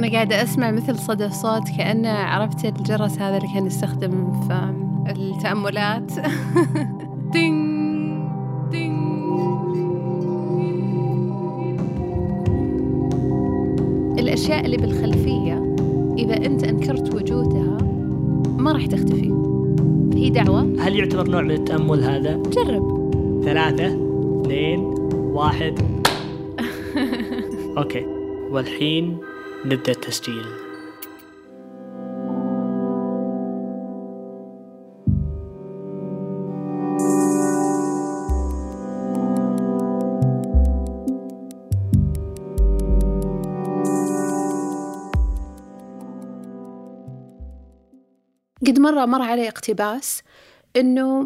أنا قاعدة أسمع مثل صدى صوت كأنه عرفت الجرس هذا اللي كان يستخدم في التأملات. دينج دينج. الأشياء اللي بالخلفية إذا أنت أنكرت وجودها ما راح تختفي، هي دعوة. هل يعتبر نوع من التأمل هذا؟ جرب. 3 2 1. أوكي، والحين نبدأ التسجيل. قد مرة مر علي اقتباس إنه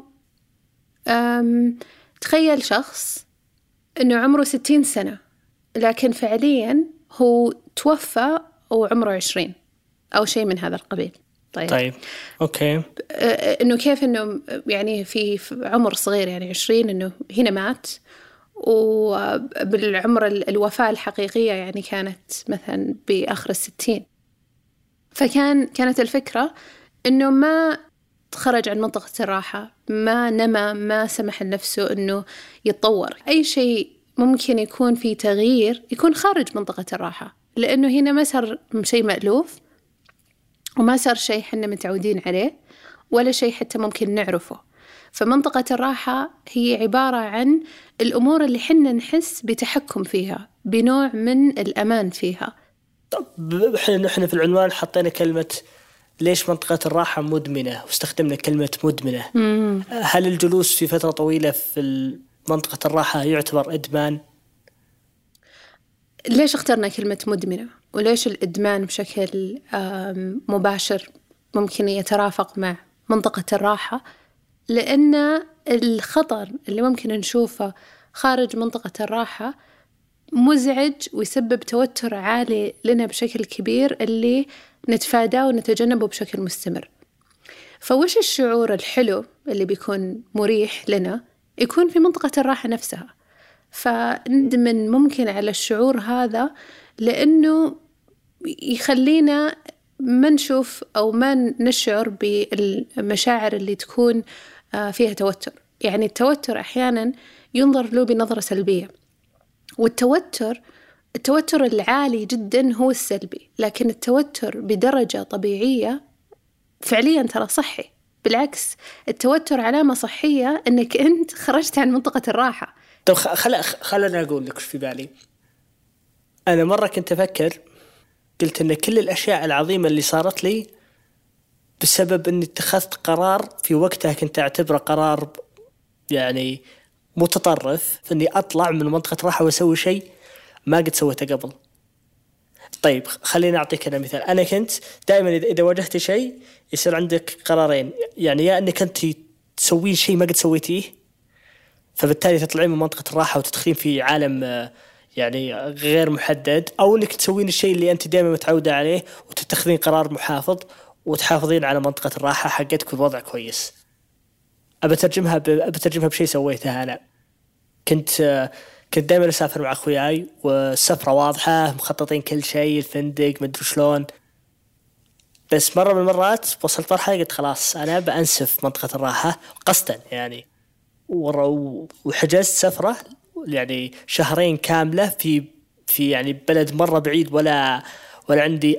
تخيل شخص إنه عمره 60 سنة لكن فعلياً هو توفى وعمره 20 أو شيء من هذا القبيل. طيب. أوكي. إنه كيف إنه يعني في عمر صغير يعني 20 إنه هنا مات، وبالعمر الوفاة الحقيقية يعني كانت مثلاً بآخر 60. فكانت الفكرة إنه ما خرج عن منطقة الراحة، ما نما، ما سمح لنفسه إنه يتطور. أي شيء ممكن يكون فيه تغيير يكون خارج منطقة الراحة، لأنه هنا ما صار شيء مألوف وما صار شيء حنا متعودين عليه ولا شيء حتى ممكن نعرفه. فمنطقة الراحة هي عبارة عن الأمور اللي حنا نحس بتحكم فيها، بنوع من الأمان فيها. طب إحنا في العنوان حطينا كلمة ليش منطقة الراحة مدمنة، واستخدمنا كلمة مدمنة. هل الجلوس في فترة طويلة في منطقة الراحة يعتبر إدمان؟ ليش اخترنا كلمة مدمنة؟ وليش الإدمان بشكل مباشر ممكن يترافق مع منطقة الراحة؟ لأن الخطر اللي ممكن نشوفه خارج منطقة الراحة مزعج ويسبب توتر عالي لنا بشكل كبير اللي نتفاداه ونتجنبه بشكل مستمر. فوش الشعور الحلو اللي بيكون مريح لنا يكون في منطقة الراحة نفسها. فندمن ممكن على الشعور هذا لأنه يخلينا ما نشوف أو ما نشعر بالمشاعر اللي تكون فيها توتر. يعني التوتر أحيانا ينظر له بنظرة سلبية، والتوتر العالي جدا هو السلبي، لكن التوتر بدرجة طبيعية فعليا ترى صحي. بالعكس، التوتر علامة صحية أنك أنت خرجت عن منطقة الراحة. طب خلنا أقول لك في بالي. أنا مرة كنت أفكر، قلت أن كل الأشياء العظيمة اللي صارت لي بسبب أني اتخذت قرار في وقتها كنت أعتبره قرار يعني متطرف، أني أطلع من منطقة الراحة وأسوي شيء ما قد سويته قبل. طيب خليني أعطيك أنا مثال. أنا كنت دائما إذا واجهت شيء يصير عندك قرارين، يعني يا أنك أنت تسوين شيء ما قد سويتيه فبالتالي تطلعين من منطقة الراحة وتدخلين في عالم يعني غير محدد، أو أنك تسوين الشيء اللي أنت دائما متعودة عليه وتتخذين قرار محافظ وتحافظين على منطقة الراحة حقتك والوضع كويس. أبترجمها بشيء سويته أنا. كنت دائما أسافر مع أخوياي والسفرة واضحة، مخططين كل شيء، الفندق مدري شلون. بس مرة من المرات وصلت مرحلة قلت خلاص أنا بأنسف منطقة الراحة قصدا يعني، وحجزت سفرة يعني 2 كاملة في يعني بلد مرة بعيد، ولا عندي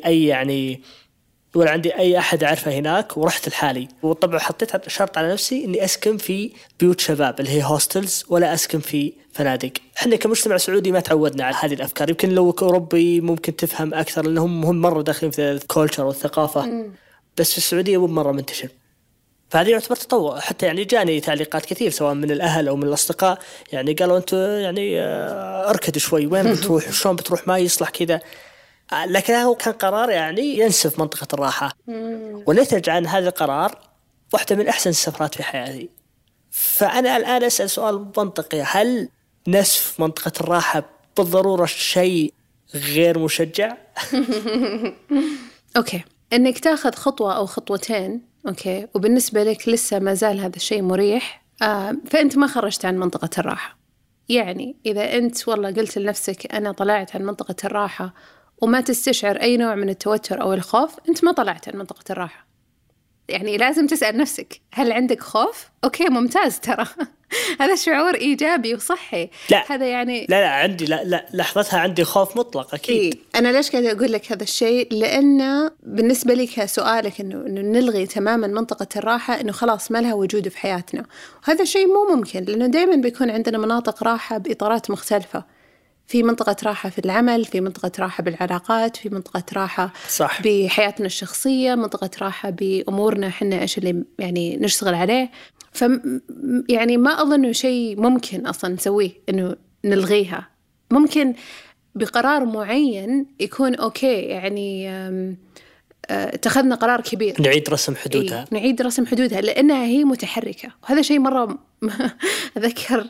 أي أحد أعرفه هناك، ورحت لحالي. وطبعا حطيت شرط على نفسي إني أسكن في بيوت شباب اللي هي هوستلز، ولا أسكن في فنادق. إحنا كمجتمع سعودي ما تعودنا على هذه الأفكار. يمكن لو أوروبي ممكن تفهم أكثر لأنهم مرة داخلين في الكولتشر والثقافة، بس في السعودية مو مرة منتشر. فهذه يعتبر تطور. حتى يعني جاني تعليقات كثير سواء من الأهل أو من الأصدقاء، يعني قالوا أنت يعني أركد شوي، وين بتروح شلون بتروح، ما يصلح كذا. لكن هو كان قرار يعني ينسف منطقة الراحة، ونتج عن هذا القرار واحدة من أحسن السفرات في حياتي. فأنا الآن أسأل سؤال منطقي، هل نسف منطقة الراحة بالضرورة شيء غير مشجع؟ أوكي، إنك تاخذ خطوة أو خطوتين أوكي، وبالنسبة لك لسه ما زال هذا الشيء مريح، فأنت ما خرجت عن منطقة الراحة. يعني إذا أنت والله قلت لنفسك أنا طلعت عن منطقة الراحة وما تستشعر أي نوع من التوتر أو الخوف، أنت ما طلعت من منطقة الراحة. يعني لازم تسأل نفسك هل عندك خوف؟ أوكي ممتاز، ترى هذا شعور إيجابي وصحي. لا هذا يعني لا عندي لا لحظتها عندي خوف مطلق أكيد. إيه؟ أنا ليش قاعدة أقول لك هذا الشيء؟ لأن بالنسبة لي كسؤالك إنه نلغي تماما منطقة الراحة، إنه خلاص ما لها وجود في حياتنا، وهذا شيء مو ممكن، لأنه دائما بيكون عندنا مناطق راحة بإطارات مختلفة. في منطقة راحة في العمل، في منطقة راحة بالعلاقات، في منطقة راحة صح. بحياتنا الشخصية، منطقة راحة بأمورنا حنا إيش اللي يعني نشتغل عليه. يعني ما أظن شيء ممكن أصلا نسويه إنه نلغيها. ممكن بقرار معين يكون أوكي، يعني اتخذنا قرار كبير نعيد رسم حدودها. نعيد رسم حدودها لأنها هي متحركة، وهذا شيء مرة أذكر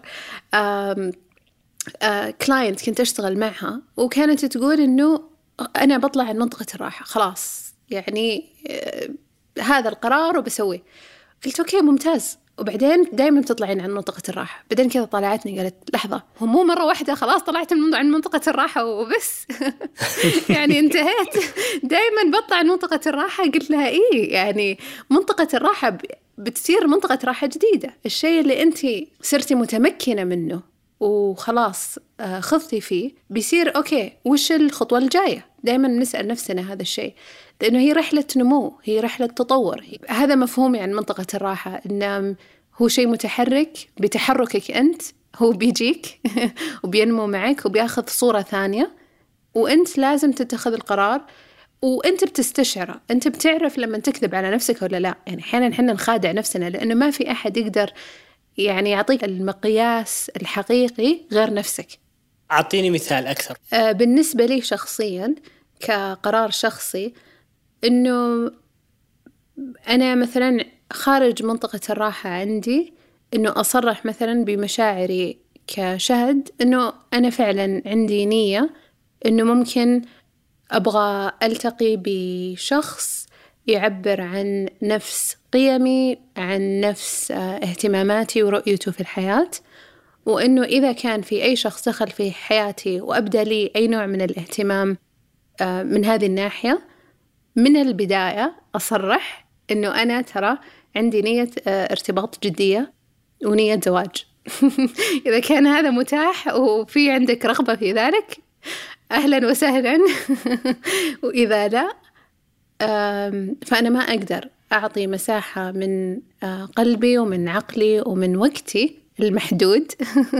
كلاينت كنت أشتغل معها وكانت تقول إنه أنا بطلع عن منطقة الراحة خلاص، يعني هذا القرار وبسويه. قلت أوكي ممتاز، وبعدين دائما تطلعين عن منطقة الراحة. بعدين كذا طلعتني قالت لحظة، هو مو مرة واحدة خلاص طلعت عن منطقة الراحة وبس يعني انتهيت؟ دائما بطلع عن منطقة الراحة. قلت لها إيه، يعني منطقة الراحة بتصير منطقة راحة جديدة، الشيء اللي أنت صرتي متمكنة منه وخلاص خضتي فيه بيصير أوكي، وش الخطوة الجاية؟ دائما نسأل نفسنا هذا الشيء، لأنه هي رحلة نمو، هي رحلة تطور. هذا مفهومي عن منطقة الراحة، إنه هو شيء متحرك، بتحركك أنت هو بيجيك وبينمو معك وبياخذ صورة ثانية، وأنت لازم تتخذ القرار، وأنت بتستشعره. أنت بتعرف لما تكذب على نفسك ولا لا. يعني أحيانا نحن نخادع نفسنا، لأنه ما في أحد يقدر يعني يعطيك المقياس الحقيقي غير نفسك. أعطيني مثال أكثر. بالنسبة لي شخصيا كقرار شخصي، إنه أنا مثلا خارج منطقة الراحة عندي، إنه أصرح مثلا بمشاعري كشهد، إنه أنا فعلا عندي نية إنه ممكن أبغى ألتقي بشخص يعبر عن نفس قيمي، عن نفس اهتماماتي ورؤيته في الحياة، وإنه إذا كان في أي شخص دخل في حياتي وأبدأ لي أي نوع من الاهتمام من هذه الناحية، من البداية أصرح إنه أنا ترى عندي نية ارتباط جدية ونية زواج. إذا كان هذا متاح وفي عندك رغبة في ذلك أهلا وسهلا. وإذا لا فأنا ما أقدر أعطي مساحة من قلبي ومن عقلي ومن وقتي المحدود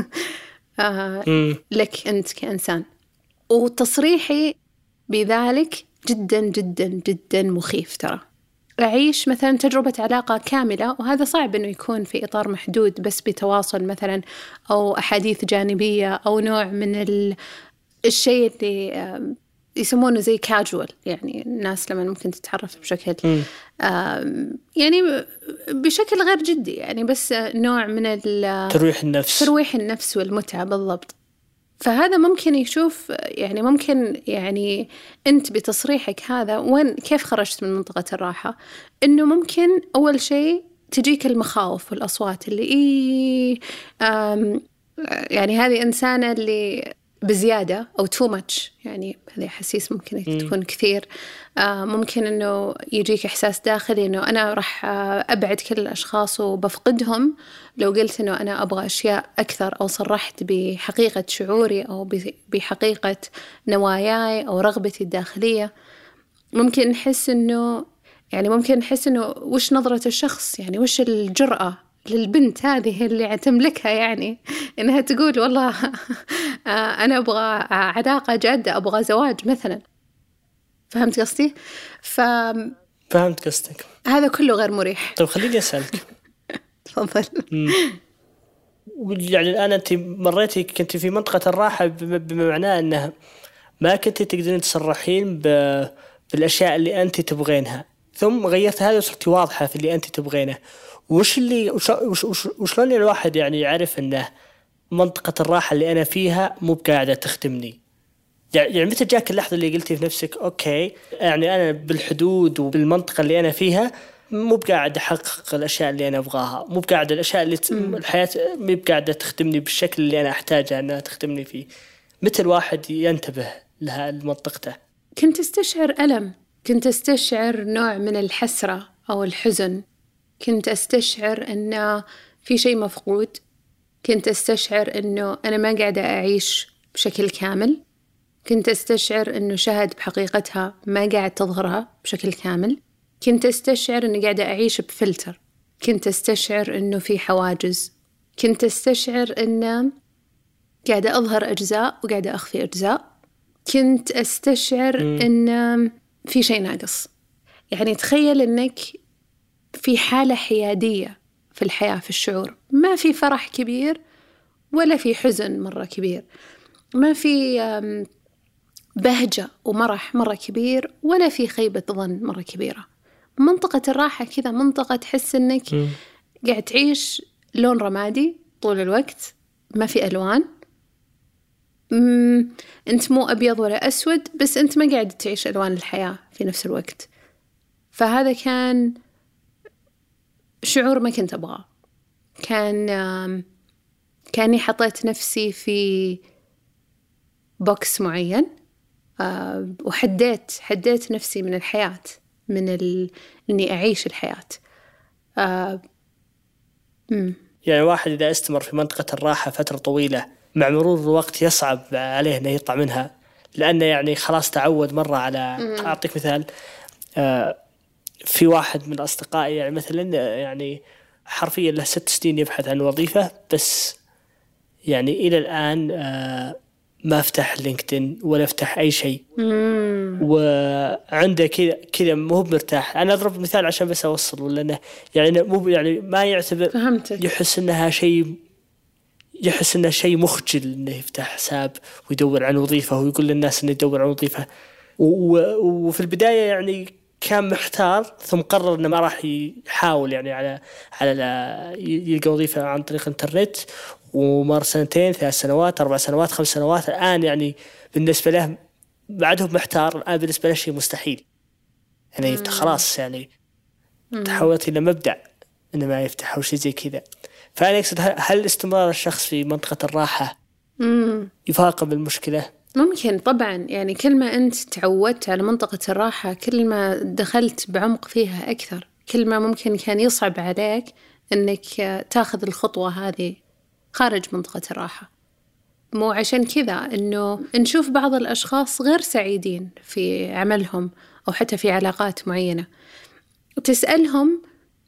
لك أنت كإنسان. وتصريحي بذلك جدا جدا جدا مخيف. ترى أعيش مثلا تجربة علاقة كاملة، وهذا صعب إنه يكون في إطار محدود بس بتواصل مثلا أو أحاديث جانبية أو نوع من الشيء اللي يسمونه زي كاجوال، يعني الناس لما ممكن تتعرف بشكل يعني بشكل غير جدي، يعني بس نوع من ترويح النفس والمتعة بالضبط. فهذا ممكن يشوف يعني ممكن يعني أنت بتصريحك هذا وين كيف خرجت من منطقة الراحة؟ إنه ممكن أول شيء تجيك المخاوف والأصوات اللي يعني هذه إنسانة اللي بزيادة أو too much، يعني هذه أحاسيس ممكن تكون كثير. ممكن إنه يجيك إحساس داخلي إنه أنا راح أبعد كل الأشخاص وبفقدهم لو قلت إنه أنا أبغى أشياء أكثر، أو صرحت بحقيقة شعوري أو بحقيقة نواياي أو رغبتي الداخلية. ممكن نحس إنه وش نظرة الشخص، يعني وش الجرأة للبنت هذه اللي تملكها، يعني إنها تقول والله أنا أبغى علاقة جادة، أبغى زواج مثلا. فهمت قصدي؟ فهمت قصدك. هذا كله غير مريح. طيب خليني أسألك. تفضل. يعني الآن أنت مريتي كنت في منطقة الراحة بما معناه أنها ما كنت تقدرين تصرحين بالأشياء اللي أنت تبغينها، ثم غيرت هذا وصرتي واضحة في اللي أنت تبغينه. وشلون الواحد يعني يعرف أنه منطقة الراحة اللي أنا فيها مو بقاعدة تخدمني؟ يعني متى جاك اللحظة اللي قلتي في نفسك أوكي يعني أنا بالحدود وبالمنطقة اللي أنا فيها مو بقاعد أحقق الأشياء اللي أنا أبغاها، مو بقاعد الأشياء اللي الحياة مو بقاعدة تخدمني بالشكل اللي أنا أحتاجها أنها تخدمني فيه؟ متى الواحد ينتبه لها المنطقته؟ كنت أستشعر ألم، كنت أستشعر نوع من الحسرة أو الحزن، كنت أستشعر أن في شيء مفقود، كنت أستشعر أنه أنا ما قاعدة أعيش بشكل كامل، كنت أستشعر أنه شهد بحقيقتها ما قاعد تظهرها بشكل كامل، كنت أستشعر أني قاعدة أعيش بفلتر، كنت أستشعر أنه في حواجز، كنت أستشعر أنه قاعدة أظهر أجزاء وقاعدة أخفي أجزاء، كنت أستشعر أن في شيء ناقص. يعني تخيل أنك في حالة حيادية في الحياة، في الشعور، ما في فرح كبير ولا في حزن مرة كبير، ما في بهجة ومرح مرة كبير ولا في خيبة ظن مرة كبيرة. منطقة الراحة كذا منطقة تحس أنك قاعد تعيش لون رمادي طول الوقت، ما في ألوان، أنت مو أبيض ولا أسود، بس أنت ما قاعد تعيش ألوان الحياة في نفس الوقت. فهذا كان شعور ما كنت أبغاه. كاني حطيت نفسي في بوكس معين، وحديت نفسي من الحياة، من إني أعيش الحياة. يعني واحد إذا استمر في منطقة الراحة فترة طويلة، مع مرور الوقت يصعب عليه أنه يطلع منها، لأنه يعني خلاص تعود مرة على أعطيك مثال. في واحد من أصدقائي يعني مثلا يعني حرفيا له 6 سنين يبحث عن وظيفة، بس يعني إلى الآن ما افتح لينكدين ولا افتح أي شيء، وعنده كذا مو مرتاح. أنا أضرب مثال عشان بس أوصل، ولا أنه يعني مو يعني ما يعتبر، فهمتك. يحس إنه شيء مخجل إنه يفتح حساب ويدور عن وظيفة ويقول للناس إنه يدور عن وظيفة. وفي البداية يعني كان محتار، ثم قرر إنه ما راح يحاول يعني على يلقى وظيفة عن طريق الإنترنت، ومر 2 3 سنوات 4 سنوات 5 سنوات. الآن يعني بالنسبة له بعده محتار، الآن بالنسبة له شيء مستحيل يعني خلاص يعني تحولت إلى مبدأ إنه ما يفتح أو شيء زي كذا. فأنا أقصد، هل استمرار الشخص في منطقة الراحة يفاقم المشكلة؟ ممكن طبعا، يعني كل ما أنت تعودت على منطقة الراحة، كل ما دخلت بعمق فيها أكثر، كل ما ممكن كان يصعب عليك أنك تاخذ الخطوة هذه خارج منطقة الراحة. مو عشان كذا أنه نشوف بعض الأشخاص غير سعيدين في عملهم أو حتى في علاقات معينة، وتسألهم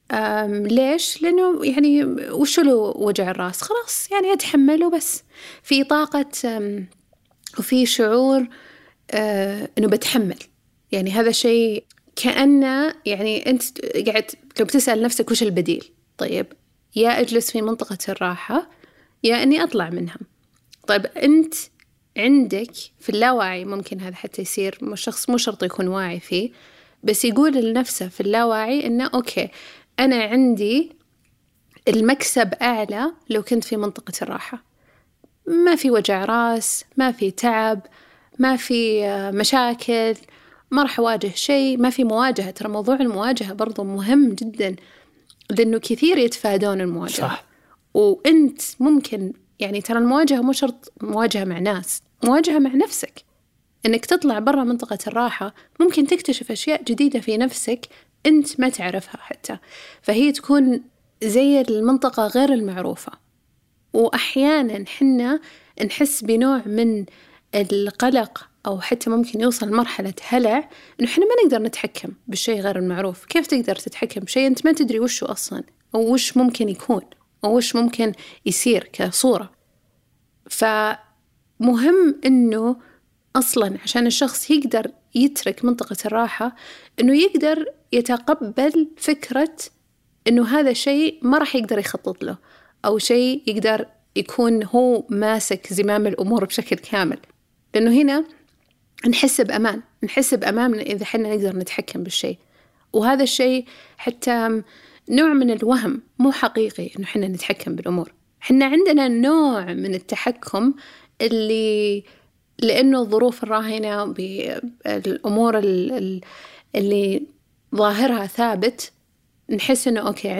ليش؟ لأنه يعني وش له وجع الرأس، خلاص يعني أتحمله، بس في طاقة وفي شعور أنه بتحمل. يعني هذا شيء كأنه يعني أنت قاعد لو بتسأل نفسك وش البديل، طيب يا أجلس في منطقة الراحة يا أني أطلع منها. طيب أنت عندك في اللاواعي، ممكن هذا حتى يصير الشخص مو شرط يكون واعي فيه، بس يقول لنفسه في اللاواعي إنه أوكي أنا عندي المكسب أعلى لو كنت في منطقة الراحة، ما في وجع راس، ما في تعب، ما في مشاكل، ما راح أواجه شيء، ما في مواجهة. ترى موضوع المواجهة برضو مهم جدا، لأنه كثير يتفادون المواجهة. صح. وأنت ممكن يعني ترى المواجهة مو شرط مواجهة مع ناس، مواجهة مع نفسك، إنك تطلع برا منطقة الراحة ممكن تكتشف أشياء جديدة في نفسك أنت ما تعرفها حتى، فهي تكون زي المنطقة غير المعروفة. وأحيانا حنا نحس بنوع من القلق، أو حتى ممكن يوصل مرحلة هلع، إنه حنا ما نقدر نتحكم بالشيء غير المعروف. كيف تقدر تتحكم بشيء أنت ما تدري وشه أصلا، أو وش ممكن يكون، أو وش ممكن يصير كصورة؟ فمهم إنه أصلاً عشان الشخص يقدر يترك منطقة الراحة، إنه يقدر يتقبل فكرة إنه هذا شيء ما راح يقدر يخطط له، أو شيء يقدر يكون هو ماسك زمام الأمور بشكل كامل. لأنه هنا نحس بأمان إذا حنا نقدر نتحكم بالشيء. وهذا الشيء حتى نوع من الوهم، مو حقيقي إنه حنا نتحكم بالأمور. حنا عندنا نوع من التحكم اللي لأنه الظروف الراهنة بالأمور اللي ظاهرها ثابت، نحس إنه أوكي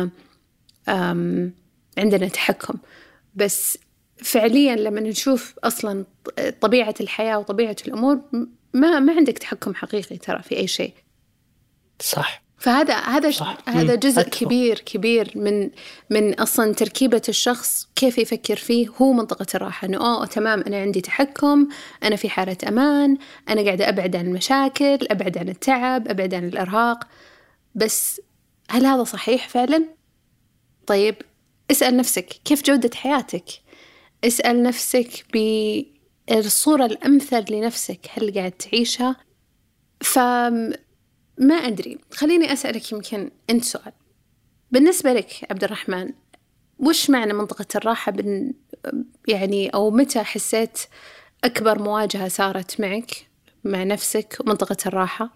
عندنا تحكم. بس فعليا لما نشوف أصلا طبيعة الحياة وطبيعة الأمور، ما عندك تحكم حقيقي ترى في أي شيء. صح. هذا جزء كبير من أصلا تركيبة الشخص، كيف يفكر فيه هو منطقة الراحة، إنه تمام أنا عندي تحكم، أنا في حالة أمان، أنا قاعدة أبعد عن المشاكل، أبعد عن التعب، أبعد عن الإرهاق. بس هل هذا صحيح فعلا؟ طيب اسأل نفسك كيف جودة حياتك، اسأل نفسك بالصورة الأمثل لنفسك، هل قاعد تعيشها؟ ما أدري، خليني أسألك يمكن أنت سؤال بالنسبة لك عبد الرحمن، وش معنى منطقة الراحة يعني أو متى حسيت أكبر مواجهة صارت معك مع نفسك ومنطقة الراحة،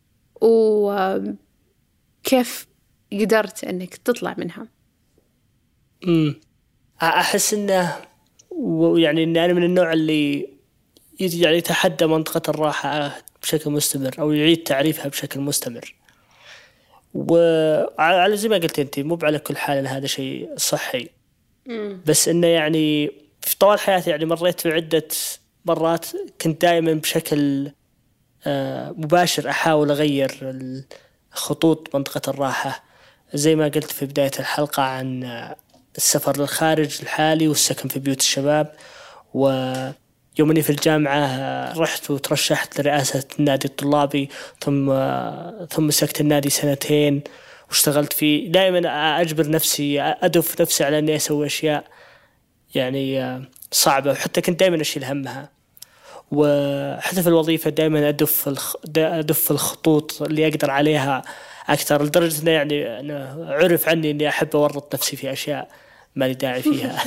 وكيف قدرت أنك تطلع منها؟ أحس إنه يعني إن أنا من النوع اللي يعني يتحدى منطقة الراحة بشكل مستمر أو يعيد تعريفها بشكل مستمر. وعلى زي ما قلت أنت، مو على كل حال هذا شيء صحي، بس إنه يعني في طوال حياتي يعني مريت بعدة مرات كنت دائما بشكل مباشر أحاول أغير خطوط منطقة الراحة، زي ما قلت في بداية الحلقة عن السفر للخارج الحالي والسكن في بيوت الشباب. ويوم أني في الجامعة رحت وترشحت لرئاسة النادي الطلابي، ثم مسكت النادي 2 واشتغلت فيه. دائما أجبر نفسي، أدف نفسي على أني أسوي أشياء يعني صعبة، وحتى كنت دائما أشيل همها. وحتى في الوظيفة دائما أدف الخطوط اللي أقدر عليها أكثر، لدرجة أنه يعني أنا عرف عني أني أحب أورط نفسي في أشياء ما لي داعي فيها.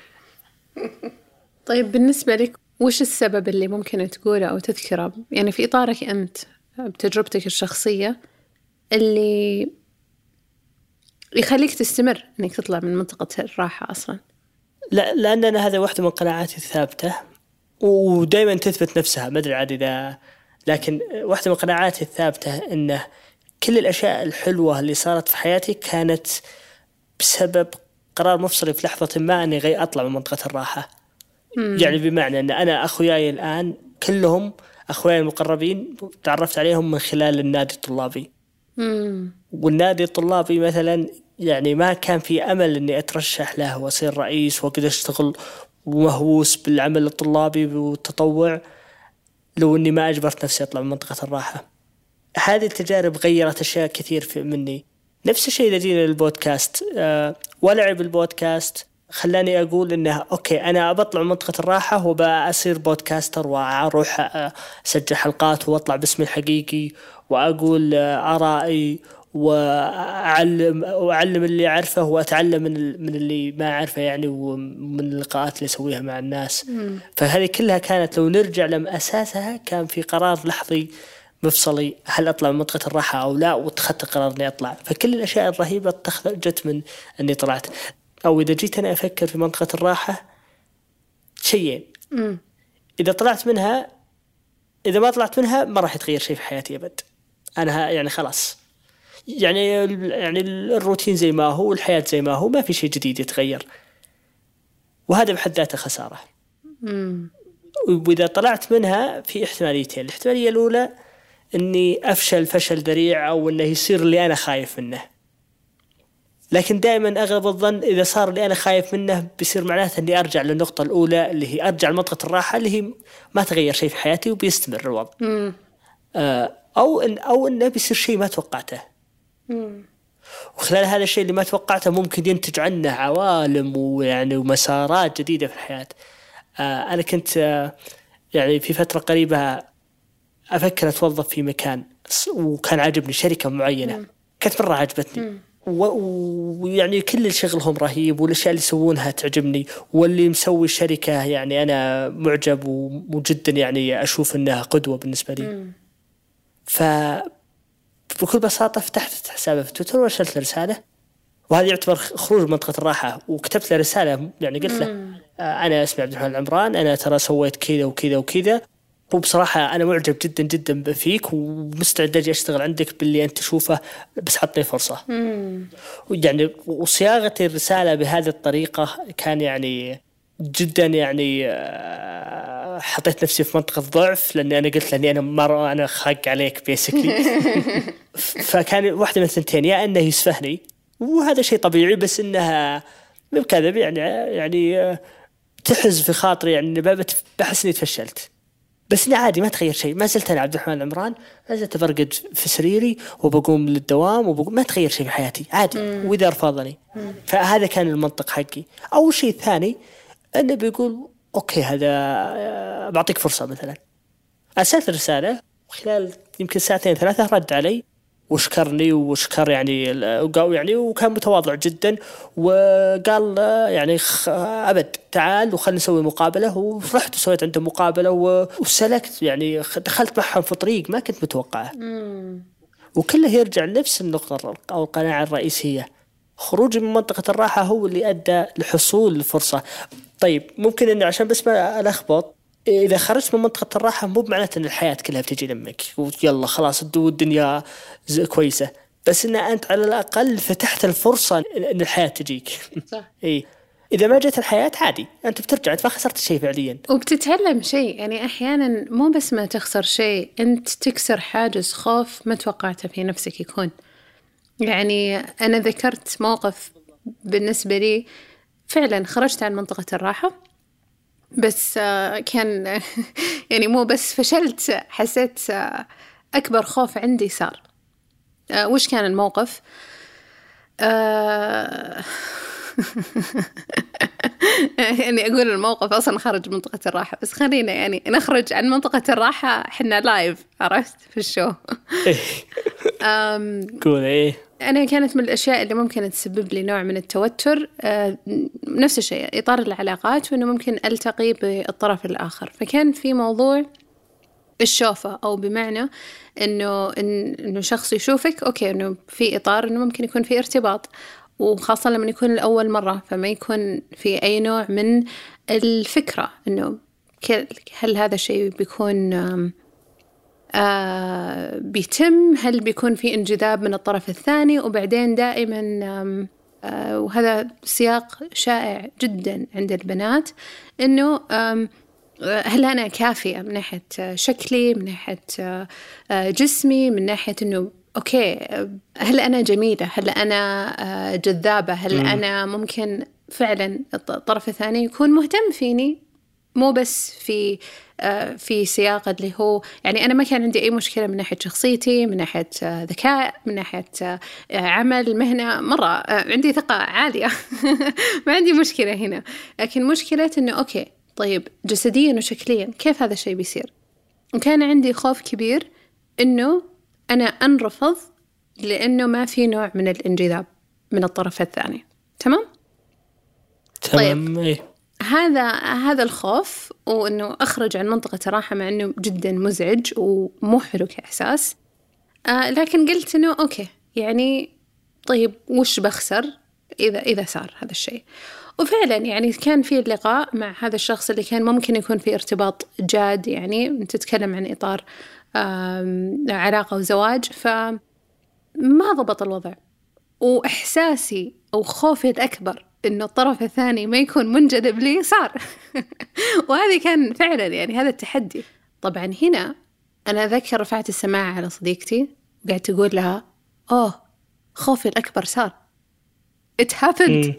طيب بالنسبة لك وش السبب اللي ممكن تقوله أو تذكره يعني في إطارك أنت بتجربتك الشخصية اللي يخليك تستمر أنك تطلع من منطقة الراحة أصلا؟ لا، لأن أنا هذا واحدة من قناعاتي الثابتة ودائما تثبت نفسها، ما أدري عاد إذا، لكن واحدة من قناعاتي الثابتة إنه كل الأشياء الحلوة اللي صارت في حياتي كانت بسبب قرار مفصلي في لحظة ما أني أطلع من منطقة الراحة. يعني بمعنى أن أنا أخوياي الآن كلهم أخوياي المقربين تعرفت عليهم من خلال النادي الطلابي. والنادي الطلابي مثلا يعني ما كان في أمل أني أترشح له وأصير رئيس وكذا أشتغل ومهووس بالعمل الطلابي والتطوع لو أني ما أجبرت نفسي أطلع من منطقة الراحة. هذه التجارب غيرت أشياء كثير مني. نفس الشيء إذا جينا للبودكاست، ولعب البودكاست خلاني أقول إنه أوكي أنا بطلع من منطقة الراحة وبأصير بودكاستر وأروح أسجل حلقات وأطلع باسمي الحقيقي وأقول آرائي وأعلم اللي أعرفه وأتعلم من اللي ما أعرفه يعني، ومن اللقاءات اللي أسويها مع الناس. فهذه كلها كانت لو نرجع لأساسها كان في قرار لحظي مفصلي، هل أطلع من منطقة الراحة أو لا، واتخذت قرار إني أطلع. فكل الأشياء الرهيبة جت من أني طلعت. أو إذا جيت أنا أفكر في منطقة الراحة شيئين، إذا ما طلعت منها ما راح يتغير شيء في حياتي أبد. أنا يعني خلاص يعني الروتين زي ما هو والحياة زي ما هو، ما في شيء جديد يتغير، وهذا بحد ذاته خسارة. وإذا طلعت منها في احتماليتين. الاحتمالية الأولى أني أفشل فشل ذريع أو أنه يصير اللي أنا خايف منه، لكن دائما أغلب الظن إذا صار اللي أنا خايف منه بيصير معناته أني أرجع للنقطة الأولى اللي هي أرجع لمنطقة الراحة اللي هي ما تغير شيء في حياتي وبيستمر الوضع. أو إنه بيصير شيء ما توقعته، وخلال هذا الشيء اللي ما توقعته ممكن ينتج عنه عوالم ويعني ومسارات جديدة في الحياة. أنا كنت يعني في فترة قريبة أفكر أتوظف في مكان وكان عجبني شركة معينة كانت مرة عجبتني، ويعني كل شغلهم رهيب والأشياء اللي يسوونها تعجبني، واللي مسوي الشركة يعني أنا معجب وجدا يعني أشوف أنها قدوة بالنسبة لي. فبكل بساطة فتحت حسابي في تويتر وارسلت رسالة، وهذا يعتبر خروج من منطقة الراحة. وكتبت له رسالة يعني قلت له أنا اسمي عبد الرحمن العمران، أنا ترى سويت كذا وكذا وكذا، وبصراحة أنا معجب جدا جدا فيك ومستعد أجي أشتغل عندك باللي أنت تشوفه، بس عطني فرصة. يعني وصياغة الرسالة بهذه الطريقة كان يعني جدا يعني حطيت نفسي في منطقة ضعف، لأني أنا قلت لأني أنا خاق عليك بيسكلي. فكان واحدة من الثنتين، يا أنه يسفهني وهذا شيء طبيعي، بس إنها مو كذب يعني تحز في خاطري، يعني بحس إني تفشلت، بس إني عادي ما تغير شيء، ما زلت أنا عبد الرحمن العمران، ما زلت أبرقد في سريري وبقوم للدوام ما تغير شيء في حياتي عادي. وإذا رفضني فهذا كان المنطق حقي. أول شيء ثاني أنه بيقول أوكي هذا بعطيك فرصة، مثلا أرسلت رسالة وخلال يمكن ساعتين ثلاثة رد علي وشكرني وشكر يعني وكان متواضع جدا، وقال يعني أبد تعال وخلنا نسوي مقابلة، ورحت وسويت عنده مقابلة وسلكت، يعني دخلت معهم في طريق ما كنت متوقعه. وكله يرجع لنفس النقطة أو القناعة الرئيسية، خروجي من منطقة الراحة هو اللي أدى لحصول الفرصة. طيب ممكن إنه عشان بس ما ألخبط، إذا خرجت من منطقة الراحة مو بمعناته أن الحياة كلها بتجي لمك ويلا خلاص الدنيا كويسة، بس إن أنت على الأقل فتحت الفرصة إن الحياة تجيك. صح. إيه، إذا ما جت الحياة عادي أنت بترجع، أنت ما خسرت شيء فعليا، وبتتعلم شيء. يعني أحيانا مو بس ما تخسر شيء، أنت تكسر حاجز خوف ما توقعته في نفسك يكون. يعني أنا ذكرت موقف بالنسبة لي فعلا خرجت عن منطقة الراحة، بس كان يعني مو بس فشلت، حسيت أكبر خوف عندي صار. وش كان الموقف؟ يعني أقول الموقف أصلا خرج منطقة الراحة، بس خلينا يعني نخرج عن منطقة الراحة حنا لايف، عرفت في الشو. قول إيه. أنا كانت من الأشياء اللي ممكن تسبب لي نوع من التوتر نفس الشيء إطار العلاقات، وإنه ممكن ألتقي بالطرف الآخر. فكان في موضوع الشوفة، أو بمعنى إنه شخص يشوفك أوكي إنه في إطار إنه ممكن يكون في ارتباط، وخاصة لما يكون الأول مرة، فما يكون في أي نوع من الفكرة إنه هل هذا الشيء بيكون بيتم، هل بيكون في انجذاب من الطرف الثاني. وبعدين دائما وهذا سياق شائع جدا عند البنات، إنه هل أنا كافية من ناحية شكلي، من ناحية جسمي، من ناحية إنه أوكي هل أنا جميلة، هل أنا جذابة، هل أنا ممكن فعلا الطرف الثاني يكون مهتم فيني، مو بس في سياق اللي هو يعني أنا ما كان عندي أي مشكلة من ناحية شخصيتي، من ناحية ذكاء، من ناحية عمل، مهنة، مرة عندي ثقة عالية. ما عندي مشكلة هنا، لكن مشكلة إنه أوكي طيب جسديا وشكليا كيف هذا الشيء بيصير. وكان عندي خوف كبير إنه أنا أنرفض لأنه ما في نوع من الانجذاب من الطرف الثاني. تمام. تمام. طيب. هذا الخوف، وإنه أخرج عن منطقة الراحة، مع إنه جدا مزعج ومو حلو كإحساس. لكن قلت إنه أوكي يعني طيب وش بخسر إذا صار هذا الشيء. وفعلا يعني كان في اللقاء مع هذا الشخص اللي كان ممكن يكون في ارتباط جاد، يعني تتكلم عن إطار علاقة وزواج، فما ضبط الوضع. وإحساسي أو خوفي الأكبر إنه الطرف الثاني ما يكون منجذب لي صار. وهذه كان فعلا يعني هذا التحدي. طبعا هنا أنا أذكر رفعت السماعة على صديقتي وقعدت تقول لها خوفي الأكبر صار. It happened.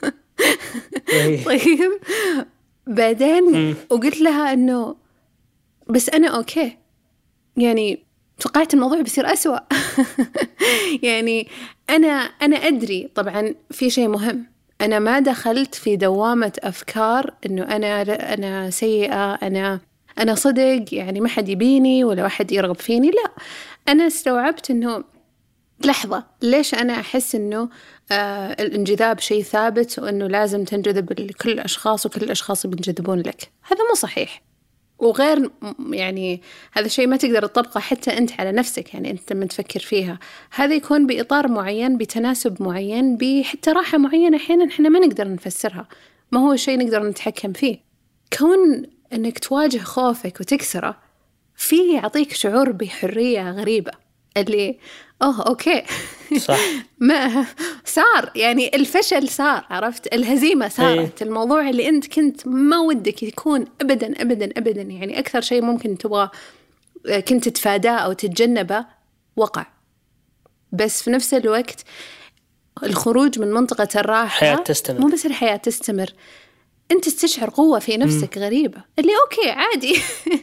طيب بعدين وقلت لها إنه بس أنا أوكي، يعني توقعت الموضوع بيصير أسوأ. يعني أنا أدري طبعا في شيء مهم، أنا ما دخلت في دوامة أفكار إنه أنا سيئة، أنا صدق يعني ما حد يبيني ولا واحد يرغب فيني. لا، أنا استوعبت إنه لحظة، ليش أنا أحس إنه الانجذاب شيء ثابت وإنه لازم تنجذب لكل الأشخاص وكل الأشخاص بينجذبون لك. هذا مو صحيح، وغير يعني هذا شيء ما تقدر تطبقه حتى أنت على نفسك. يعني أنت لما تفكر فيها هذا يكون بإطار معين، بتناسب معين، بحتى راحة معينة. أحيانا إحنا ما نقدر نفسرها، ما هو شيء نقدر نتحكم فيه. كون أنك تواجه خوفك وتكسره فيه يعطيك شعور بحرية غريبة، اللي أوكي صح. ما صار يعني الفشل صار، عرفت، الهزيمة صارت. الموضوع اللي أنت كنت ما ودك يكون أبدا أبدا أبدا، يعني أكثر شيء ممكن تبغى كنت تتفاداه أو تتجنبه وقع. بس في نفس الوقت الخروج من منطقة الراحة تستمر. مو بس الحياة تستمر، أنت تستشعر قوة في نفسك غريبة، اللي أوكي عادي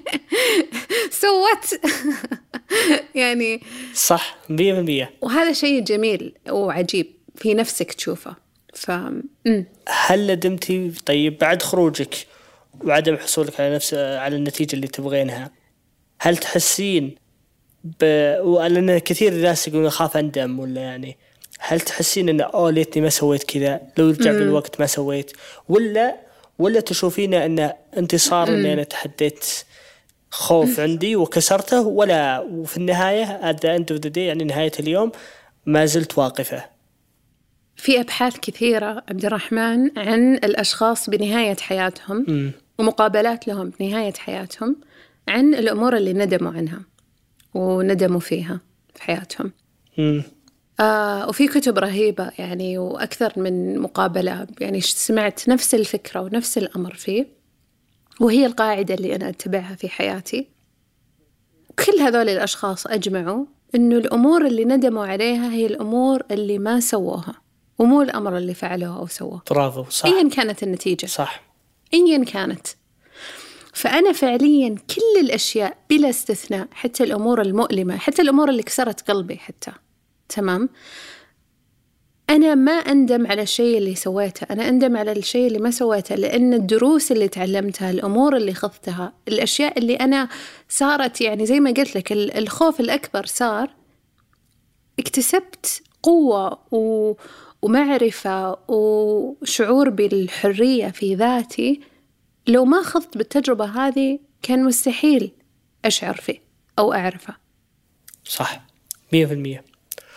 سوت يعني صح 100%. وهذا شيء جميل وعجيب في نفسك تشوفه. هل ندمتي طيب بعد خروجك وعدم حصولك على النتيجة اللي تبغينها؟ هل تحسين لأن كثير ناس يقولون أخاف أندم، ولا يعني هل تحسين إن ليتني ما سويت كذا، لو رجع بالوقت ما سويت، ولا تشوفين إن انتصار إني أنا تحديت خوف عندي وكسرته، وفي النهاية at the end of the day يعني نهاية اليوم ما زلت واقفة؟ في أبحاث كثيرة عبد الرحمن عن الأشخاص بنهاية حياتهم ومقابلات لهم بنهاية حياتهم عن الأمور اللي ندموا عنها وندموا فيها في حياتهم. وفي كتب رهيبة يعني، وأكثر من مقابلة يعني سمعت نفس الفكرة ونفس الأمر فيه، وهي القاعدة اللي أنا أتبعها في حياتي. كل هذول الأشخاص أجمعوا إنه الأمور اللي ندموا عليها هي الأمور اللي ما سووها، ومو الأمر اللي فعلوه أو سووه. برافو، صح. أيا كانت النتيجة، صح، أيا كانت. فأنا فعليا كل الأشياء بلا استثناء، حتى الأمور المؤلمة، حتى الأمور اللي كسرت قلبي حتى، تمام، أنا ما أندم على الشيء اللي سويته، أنا أندم على الشيء اللي ما سويته، لأن الدروس اللي تعلمتها، الأمور اللي خذتها، الأشياء اللي أنا صارت يعني زي ما قلت لك، الخوف الأكبر صار، اكتسبت قوة ومعرفة وشعور بالحرية في ذاتي. لو ما خضت بالتجربة هذه كان مستحيل أشعر فيه أو أعرفه. صح 100%.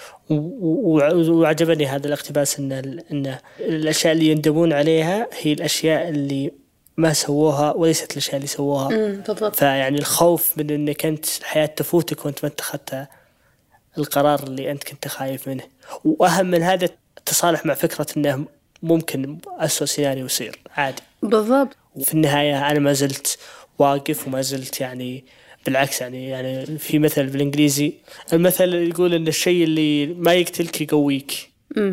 وعجبني هذا الاقتباس إن الأشياء اللي يندمون عليها هي الأشياء اللي ما سووها وليست الأشياء اللي سووها. بالضبط. فيعني الخوف من إنك أنت الحياة تفوتك وأنت ما اتخذت القرار اللي أنت كنت خايف منه. وأهم من هذا التصالح مع فكرة إنه ممكن أسوأ سيناريو يصير عادي. بالضبط. وفي النهاية أنا ما زلت واقف وما زلت يعني بالعكس يعني في مثل بالإنجليزي، المثل يقول إن الشيء اللي ما يقتلك يقويك.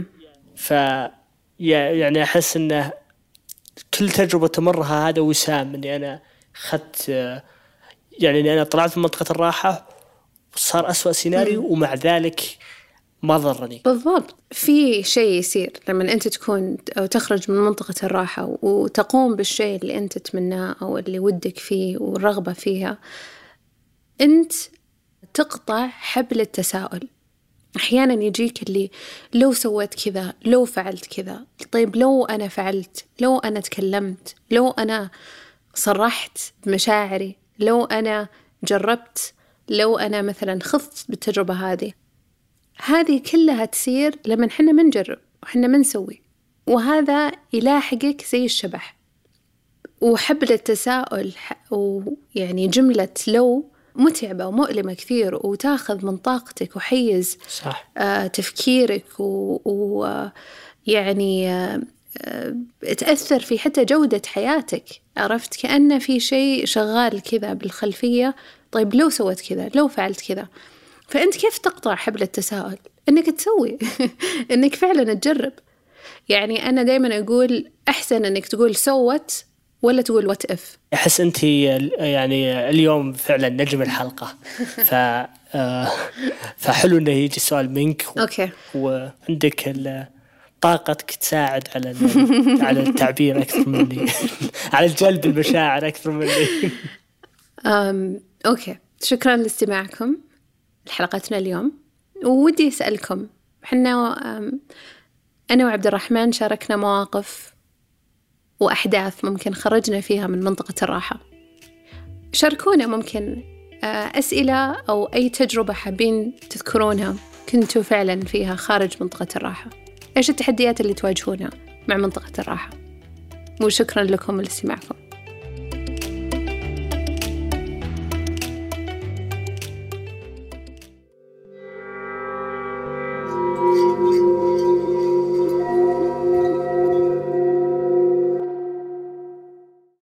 يعني أحس إنه كل تجربة تمرها هذا وسام، إني أنا خدت يعني إني أنا طلعت من منطقة الراحة وصار أسوأ سيناريو ومع ذلك ما ضرني. بالضبط. في شيء يصير لما أنت تكون أو تخرج من منطقة الراحة وتقوم بالشيء اللي أنت تتمناه أو اللي ودك فيه والرغبة فيها، أنت تقطع حبل التساؤل. أحيانا يجيك اللي لو سويت كذا، لو فعلت كذا، طيب لو أنا فعلت، لو أنا تكلمت، لو أنا صرحت بمشاعري، لو أنا جربت، لو أنا مثلا خضت بالتجربة هذه كلها تصير لما حنا منجرب وحنا منسوي، وهذا يلاحقك زي الشبح. وحبل التساؤل ويعني جملة لو متعبة ومؤلمة كثير، وتاخذ من طاقتك وحيز صح. تفكيرك ويعني تأثر في حتى جودة حياتك. عرفت، كأن في شيء شغال كذا بالخلفية. طيب لو سويت كذا، لو فعلت كذا. فأنت كيف تقطع حبل التساؤل؟ إنك تسوي إنك فعلا تجرب. يعني أنا دايما أقول أحسن إنك تقول سوت ولا تقول وات إف. أحس أنت يعني اليوم فعلا نجم الحلقة. فحلو إنه يجي السؤال منك أوكي. وعندك طاقتك تساعد على التعبير أكثر مني على جلب المشاعر أكثر مني. أوكي، شكرا لاستماعكم لحلقتنا اليوم. وودي أسألكم، حنا أنا وعبد الرحمن شاركنا مواقف وأحداث ممكن خرجنا فيها من منطقة الراحة. شاركونا ممكن أسئلة أو أي تجربة حابين تذكرونها كنتوا فعلا فيها خارج منطقة الراحة. إيش التحديات اللي تواجهونها مع منطقة الراحة؟ وشكرا لكم لاستماعكم.